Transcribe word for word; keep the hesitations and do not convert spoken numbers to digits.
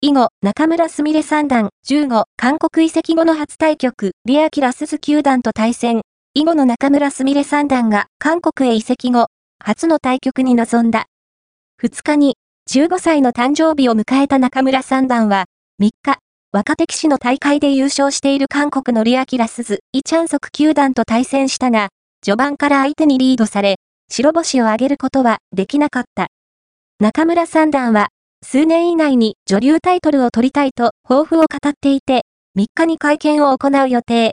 囲碁、仲邑菫三段、じゅうご、韓国移籍後の初対局、リアキラスズ九段と対戦。囲碁の仲邑菫三段が韓国へ移籍後、初の対局に臨んだ。ふつかに、じゅうごさいの誕生日を迎えた仲邑三段は、みっか、若手棋士の大会で優勝している韓国のリアキラスズ、イチャンソク九段と対戦したが、序盤から相手にリードされ、白星を挙げることはできなかった。仲邑三段は、数年以内に女流タイトルを取りたいと抱負を語っていて、みっかに会見を行う予定。